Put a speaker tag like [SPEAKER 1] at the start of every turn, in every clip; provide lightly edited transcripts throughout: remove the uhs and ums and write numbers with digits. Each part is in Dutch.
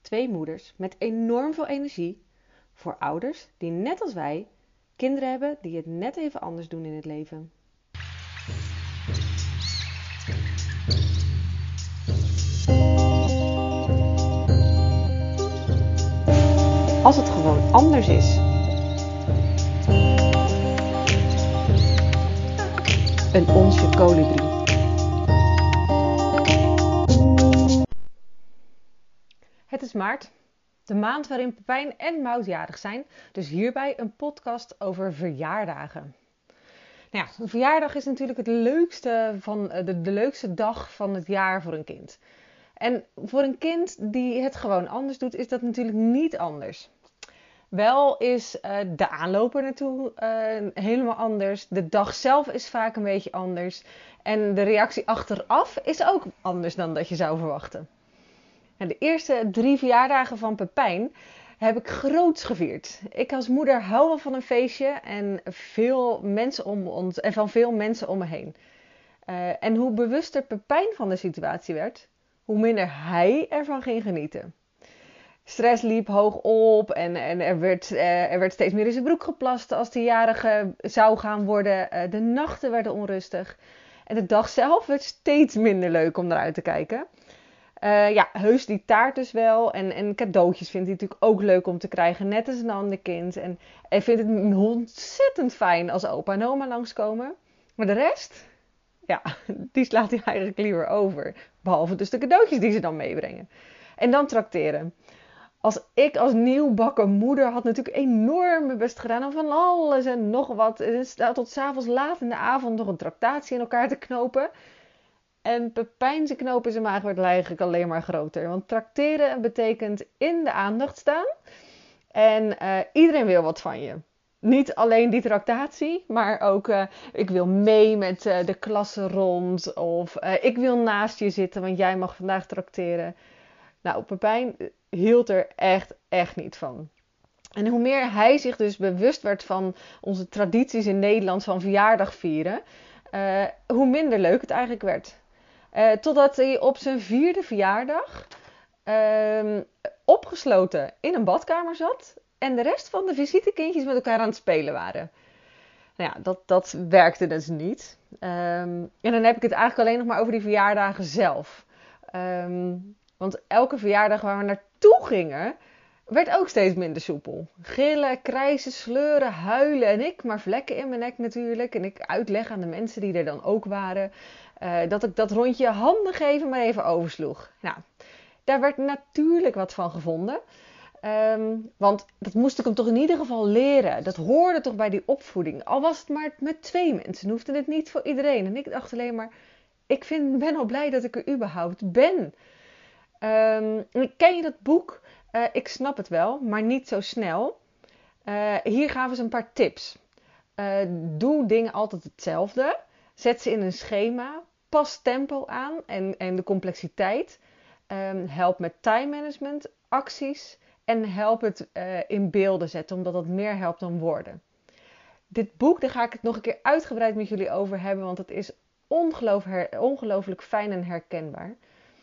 [SPEAKER 1] Twee moeders met enorm veel energie. Voor ouders die net als wij kinderen hebben die het net even anders doen in het leven. Als het gewoon anders is. Een onsje kolibrie. Het is maart, de maand waarin Pepijn en Maud jarig zijn. Dus hierbij een podcast over verjaardagen. Nou ja, een verjaardag is natuurlijk het leukste de leukste dag van het jaar voor een kind. En voor een kind die het gewoon anders doet, is dat natuurlijk niet anders. Wel is de aanloop er naartoe helemaal anders. De dag zelf is vaak een beetje anders. En de reactie achteraf is ook anders dan dat je zou verwachten. En de eerste 3 verjaardagen van Pepijn heb ik groots gevierd. Ik als moeder hou wel van een feestje en van veel mensen om me heen. En hoe bewuster Pepijn van de situatie werd, hoe minder hij ervan ging genieten. Stress liep hoog op en er werd steeds meer in zijn broek geplast als de jarige zou gaan worden. De nachten werden onrustig. En de dag zelf werd steeds minder leuk om eruit te kijken. Heus die taart dus wel. En cadeautjes vindt hij natuurlijk ook leuk om te krijgen. Net als een ander kind. En hij vindt het ontzettend fijn als opa en oma langskomen. Maar de rest, ja, die slaat hij eigenlijk liever over. Behalve dus de cadeautjes die ze dan meebrengen. En dan trakteren. Ik als nieuwbakken moeder had natuurlijk enorm mijn best gedaan om van alles en nog wat. Tot 's avonds laat in de avond nog een tractatie in elkaar te knopen. En Pepijn zijn knoop in zijn maag werd eigenlijk alleen maar groter. Want trakteren betekent in de aandacht staan. En iedereen wil wat van je. Niet alleen die tractatie, maar ook ik wil mee met de klasse rond. Of ik wil naast je zitten, want jij mag vandaag trakteren. Nou, Pepijn hield er echt niet van. En hoe meer hij zich dus bewust werd van onze tradities in Nederland van verjaardag vieren, hoe minder leuk het eigenlijk werd. Totdat hij op zijn 4e verjaardag opgesloten in een badkamer zat en de rest van de visitekindjes met elkaar aan het spelen waren. Nou ja, dat werkte dus niet. En dan heb ik het eigenlijk alleen nog maar over die verjaardagen zelf. Want elke verjaardag waar we naartoe gingen, werd ook steeds minder soepel. Gillen, krijsen, sleuren, huilen en ik maar vlekken in mijn nek natuurlijk. En ik uitleg aan de mensen die er dan ook waren, dat ik dat rondje handen geven maar even oversloeg. Nou, daar werd natuurlijk wat van gevonden. Want dat moest ik hem toch in ieder geval leren. Dat hoorde toch bij die opvoeding. Al was het maar met 2 mensen. Hoefde het niet voor iedereen. En ik dacht alleen maar, ben al blij dat ik er überhaupt ben. Ken je dat boek? Ik snap het wel, maar niet zo snel. Hier gaven ze een paar tips. Doe dingen altijd hetzelfde. Zet ze in een schema. Pas tempo aan en de complexiteit. Help met time management, acties. En help het in beelden zetten, omdat dat meer helpt dan woorden. Dit boek, daar ga ik het nog een keer uitgebreid met jullie over hebben, want het is ongelooflijk fijn en herkenbaar.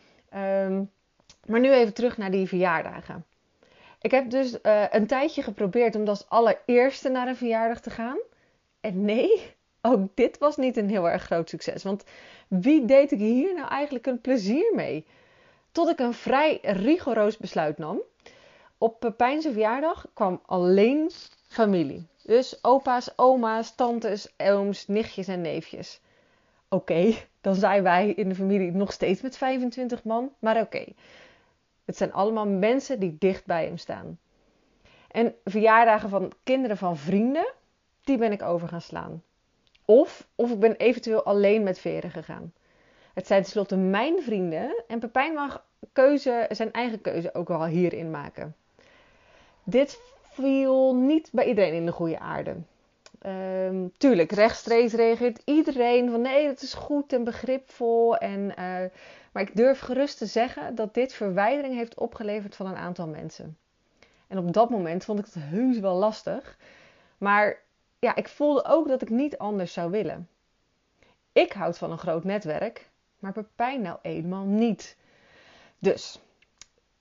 [SPEAKER 1] Maar nu even terug naar die verjaardagen. Ik heb dus een tijdje geprobeerd om als allereerste naar een verjaardag te gaan. En nee, ook dit was niet een heel erg groot succes. Want wie deed ik hier nou eigenlijk een plezier mee? Tot ik een vrij rigoureus besluit nam. Op Pepijn's verjaardag kwam alleen familie. Dus opa's, oma's, tantes, ooms, nichtjes en neefjes. Oké, dan zijn wij in de familie nog steeds met 25 man, maar oké. Het zijn allemaal mensen die dicht bij hem staan. En verjaardagen van kinderen van vrienden, die ben ik over gaan slaan. Of ik ben eventueel alleen met Veren gegaan. Het zijn tenslotte mijn vrienden en Pepijn mag zijn eigen keuze ook wel hierin maken. Dit viel niet bij iedereen in de goede aarde. Tuurlijk, rechtstreeks reageert iedereen van nee, dat is goed en begripvol. Maar ik durf gerust te zeggen dat dit verwijdering heeft opgeleverd van een aantal mensen. En op dat moment vond ik het heus wel lastig. Maar ja, ik voelde ook dat ik niet anders zou willen. Ik houd van een groot netwerk, maar Pepijn nou eenmaal niet. Dus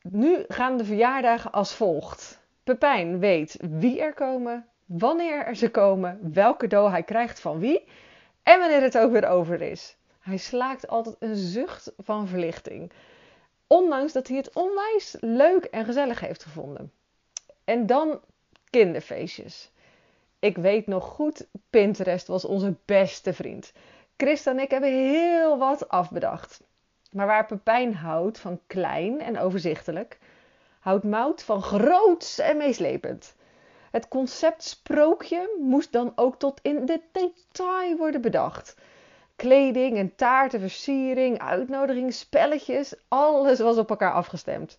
[SPEAKER 1] Nu gaan de verjaardagen als volgt. Pepijn weet wie er komen, wanneer ze komen, welk cadeau hij krijgt van wie en wanneer het ook weer over is. Hij slaakt altijd een zucht van verlichting. Ondanks dat hij het onwijs leuk en gezellig heeft gevonden. En dan kinderfeestjes. Ik weet nog goed, Pinterest was onze beste vriend. Christa en ik hebben heel wat afbedacht. Maar waar Pepijn houdt van klein en overzichtelijk, houdt Maud van groots en meeslepend. Het concept sprookje moest dan ook tot in de detail worden bedacht. Kleding en taarten, versiering, uitnodiging, spelletjes, alles was op elkaar afgestemd.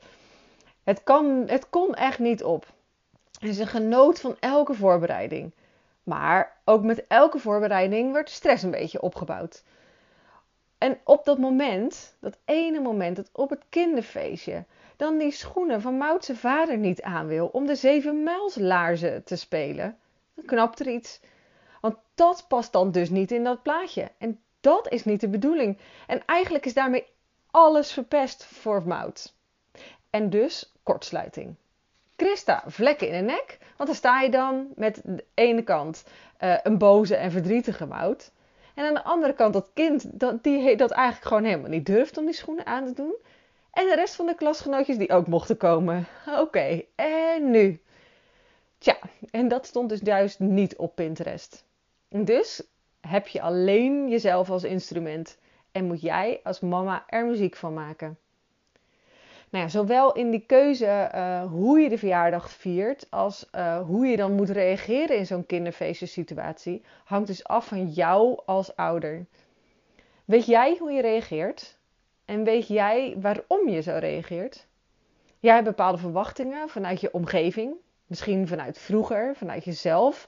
[SPEAKER 1] Het kon echt niet op. En ze genoot van elke voorbereiding. Maar ook met elke voorbereiding werd stress een beetje opgebouwd. En op dat moment, dat ene moment, dat op het kinderfeestje, dan die schoenen van Maud zijn vader niet aan wil om de 7 mijlslaarzen te spelen, dan knapt er iets. Want dat past dan dus niet in dat plaatje. En dat is niet de bedoeling. En eigenlijk is daarmee alles verpest voor Maud. En dus kortsluiting. Christa, vlekken in de nek. Want dan sta je dan met de ene kant een boze en verdrietige Maud. En aan de andere kant dat kind die dat eigenlijk gewoon helemaal niet durft om die schoenen aan te doen. En de rest van de klasgenootjes die ook mochten komen. Oké, en nu? Tja, en dat stond dus juist niet op Pinterest. Dus heb je alleen jezelf als instrument. En moet jij als mama er muziek van maken. Nou ja, zowel in die keuze hoe je de verjaardag viert, als hoe je dan moet reageren in zo'n kinderfeestjesituatie, hangt dus af van jou als ouder. Weet jij hoe je reageert? En weet jij waarom je zo reageert? Jij hebt bepaalde verwachtingen vanuit je omgeving, misschien vanuit vroeger, vanuit jezelf,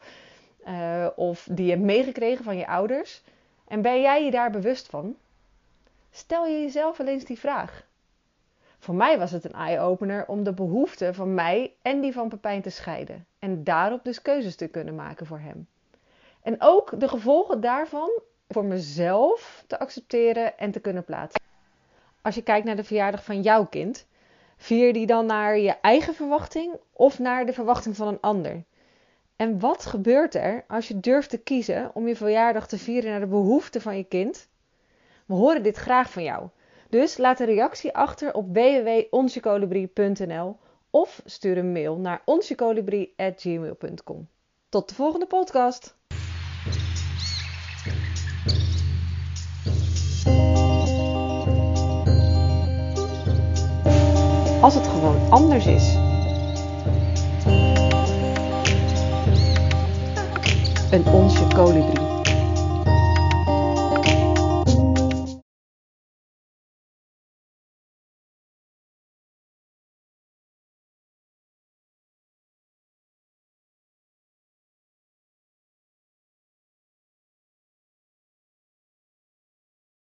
[SPEAKER 1] of die je hebt meegekregen van je ouders. En ben jij je daar bewust van? Stel je jezelf wel eens die vraag. Voor mij was het een eye-opener om de behoeften van mij en die van Pepijn te scheiden. En daarop dus keuzes te kunnen maken voor hem. En ook de gevolgen daarvan voor mezelf te accepteren en te kunnen plaatsen. Als je kijkt naar de verjaardag van jouw kind, vier die dan naar je eigen verwachting of naar de verwachting van een ander? En wat gebeurt er als je durft te kiezen om je verjaardag te vieren naar de behoeften van je kind? We horen dit graag van jou. Dus laat een reactie achter op www.onzekolibrie.nl of stuur een mail naar onzekolibrie@gmail.com. Tot de volgende podcast! Als het gewoon anders is. Een onsje kolibrie.